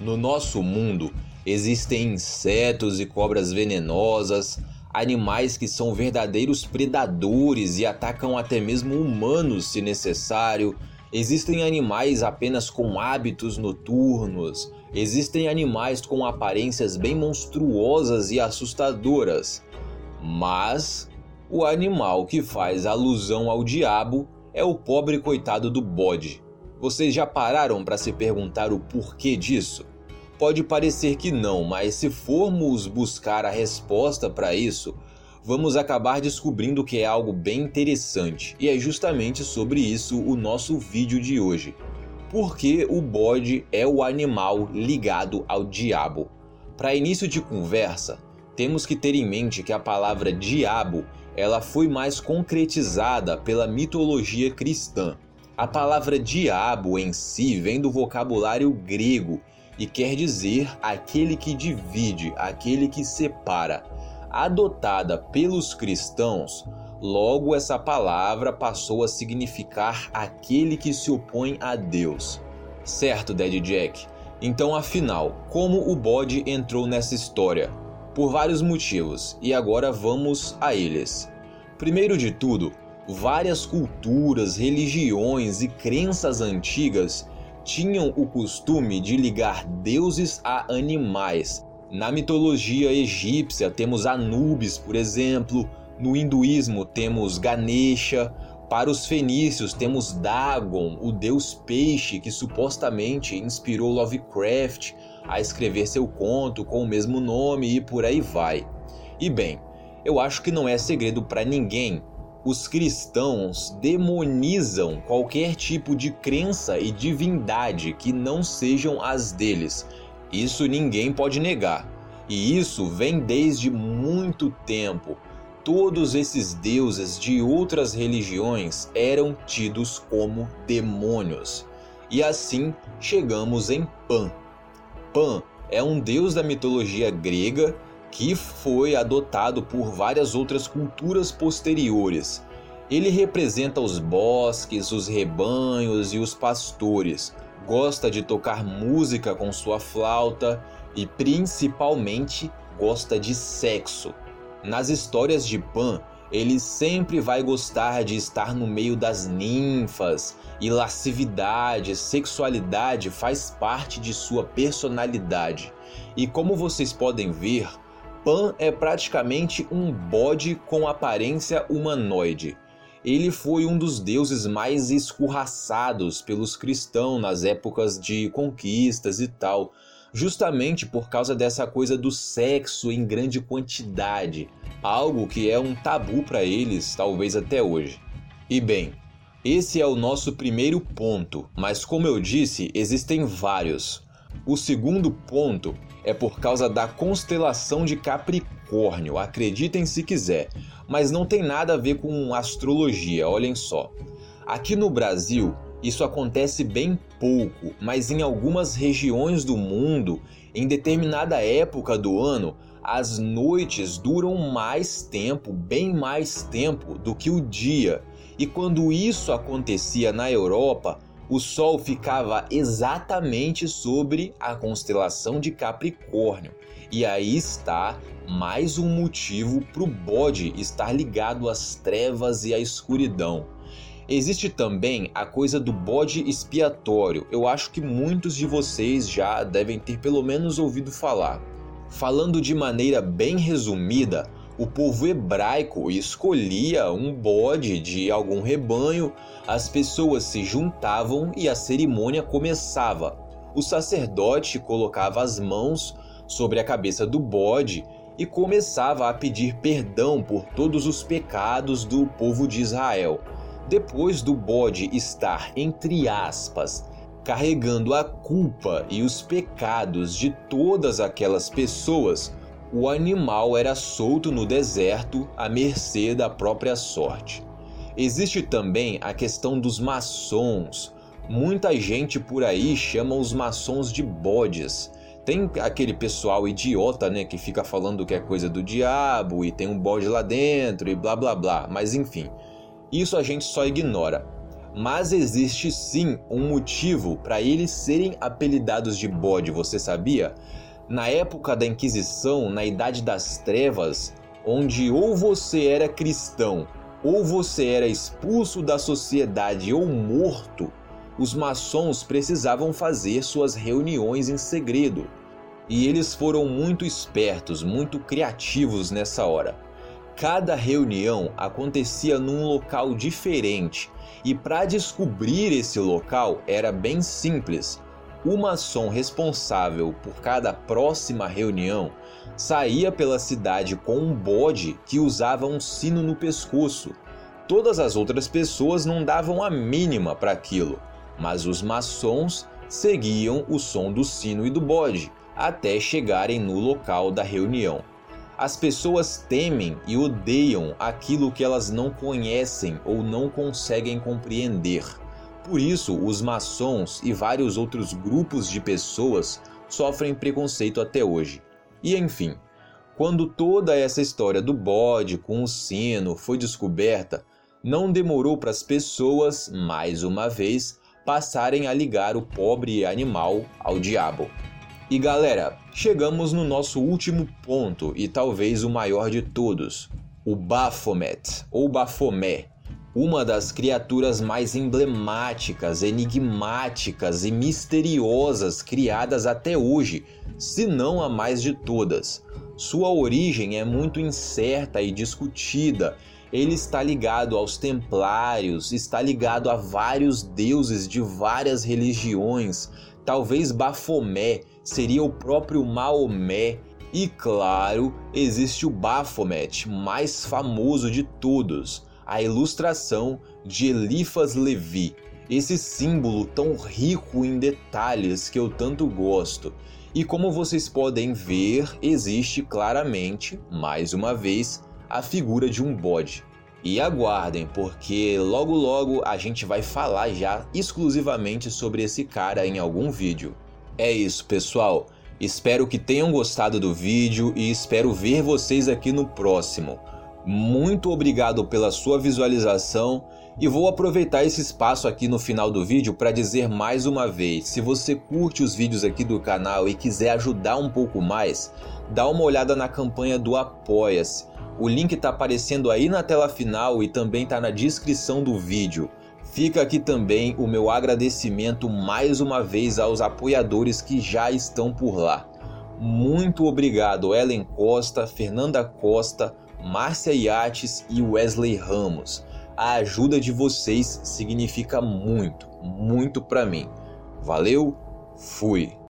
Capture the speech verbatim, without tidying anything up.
No nosso mundo existem insetos e cobras venenosas, animais que são verdadeiros predadores e atacam até mesmo humanos se necessário. Existem animais apenas com hábitos noturnos. Existem animais com aparências bem monstruosas e assustadoras. Mas o animal que faz alusão ao diabo é o pobre coitado do bode. Vocês já pararam para se perguntar o porquê disso? Pode parecer que não, mas se formos buscar a resposta para isso, vamos acabar descobrindo que é algo bem interessante. E é justamente sobre isso o nosso vídeo de hoje. Por que o bode é o animal ligado ao diabo? Para início de conversa, temos que ter em mente que a palavra diabo ela foi mais concretizada pela mitologia cristã. A palavra diabo em si vem do vocabulário grego e quer dizer aquele que divide, aquele que separa. Adotada pelos cristãos, logo essa palavra passou a significar aquele que se opõe a Deus. Certo, Daddy Jack? Então, afinal, como o bode entrou nessa história? Por vários motivos, e agora vamos a eles. Primeiro de tudo, várias culturas, religiões e crenças antigas tinham o costume de ligar deuses a animais. Na mitologia egípcia temos Anubis, por exemplo. No hinduísmo temos Ganesha. Para os fenícios temos Dagon, o deus peixe que supostamente inspirou Lovecraft a escrever seu conto com o mesmo nome e por aí vai. E bem, eu acho que não é segredo para ninguém. Os cristãos demonizam qualquer tipo de crença e divindade que não sejam as deles. Isso ninguém pode negar. E isso vem desde muito tempo. Todos esses deuses de outras religiões eram tidos como demônios. E assim chegamos em Pan. Pan é um deus da mitologia grega que foi adotado por várias outras culturas posteriores. Ele representa os bosques, os rebanhos e os pastores. Gosta de tocar música com sua flauta e principalmente gosta de sexo. Nas histórias de Pan, ele sempre vai gostar de estar no meio das ninfas e lascividade, sexualidade faz parte de sua personalidade. E como vocês podem ver, Pan é praticamente um bode com aparência humanoide. Ele foi um dos deuses mais escorraçados pelos cristãos nas épocas de conquistas e tal, justamente por causa dessa coisa do sexo em grande quantidade, algo que é um tabu para eles, talvez até hoje. E bem, esse é o nosso primeiro ponto, mas como eu disse, existem vários. O segundo ponto é por causa da constelação de Capricórnio, acreditem se quiser, mas não tem nada a ver com astrologia, olhem só. Aqui no Brasil, isso acontece bem pouco, mas em algumas regiões do mundo, em determinada época do ano, as noites duram mais tempo, bem mais tempo do que o dia. E quando isso acontecia na Europa, o Sol ficava exatamente sobre a constelação de Capricórnio. E aí está mais um motivo para o bode estar ligado às trevas e à escuridão. Existe também a coisa do bode expiatório. Eu acho que muitos de vocês já devem ter pelo menos ouvido falar. Falando de maneira bem resumida, o povo hebraico escolhia um bode de algum rebanho, as pessoas se juntavam e a cerimônia começava. O sacerdote colocava as mãos sobre a cabeça do bode e começava a pedir perdão por todos os pecados do povo de Israel. Depois do bode estar, entre aspas, carregando a culpa e os pecados de todas aquelas pessoas, o animal era solto no deserto à mercê da própria sorte. Existe também a questão dos maçons. Muita gente por aí chama os maçons de bodes. Tem aquele pessoal idiota, né, que fica falando que é coisa do diabo e tem um bode lá dentro e blá blá blá, mas enfim, isso a gente só ignora. Mas existe sim um motivo para eles serem apelidados de bode, você sabia? Na época da Inquisição, na Idade das Trevas, onde ou você era cristão ou você era expulso da sociedade ou morto, os maçons precisavam fazer suas reuniões em segredo. E eles foram muito espertos, muito criativos nessa hora. Cada reunião acontecia num local diferente, e para descobrir esse local era bem simples. O maçom responsável por cada próxima reunião saía pela cidade com um bode que usava um sino no pescoço. Todas as outras pessoas não davam a mínima para aquilo, mas os maçons seguiam o som do sino e do bode até chegarem no local da reunião. As pessoas temem e odeiam aquilo que elas não conhecem ou não conseguem compreender. Por isso, os maçons e vários outros grupos de pessoas sofrem preconceito até hoje. E enfim, quando toda essa história do bode com o sino foi descoberta, não demorou para as pessoas, mais uma vez, passarem a ligar o pobre animal ao diabo. E galera, chegamos no nosso último ponto e talvez o maior de todos, o Baphomet ou Baphomet, uma das criaturas mais emblemáticas, enigmáticas e misteriosas criadas até hoje, se não a mais de todas. Sua origem é muito incerta e discutida. Ele está ligado aos templários, está ligado a vários deuses de várias religiões. Talvez Baphomet seria o próprio Maomé. E claro, existe o Baphomet, mais famoso de todos, a ilustração de Eliphas Levi, esse símbolo tão rico em detalhes que eu tanto gosto. E como vocês podem ver, existe claramente, mais uma vez, a figura de um bode. E aguardem, porque logo logo a gente vai falar já exclusivamente sobre esse cara em algum vídeo. É isso, pessoal. Espero que tenham gostado do vídeo e espero ver vocês aqui no próximo. Muito obrigado pela sua visualização e vou aproveitar esse espaço aqui no final do vídeo para dizer mais uma vez, se você curte os vídeos aqui do canal e quiser ajudar um pouco mais, dá uma olhada na campanha do Apoia-se. O link está aparecendo aí na tela final e também está na descrição do vídeo. Fica aqui também o meu agradecimento mais uma vez aos apoiadores que já estão por lá. Muito obrigado Ellen Costa, Fernanda Costa, Márcia Yates e Wesley Ramos. A ajuda de vocês significa muito, muito para mim. Valeu, fui!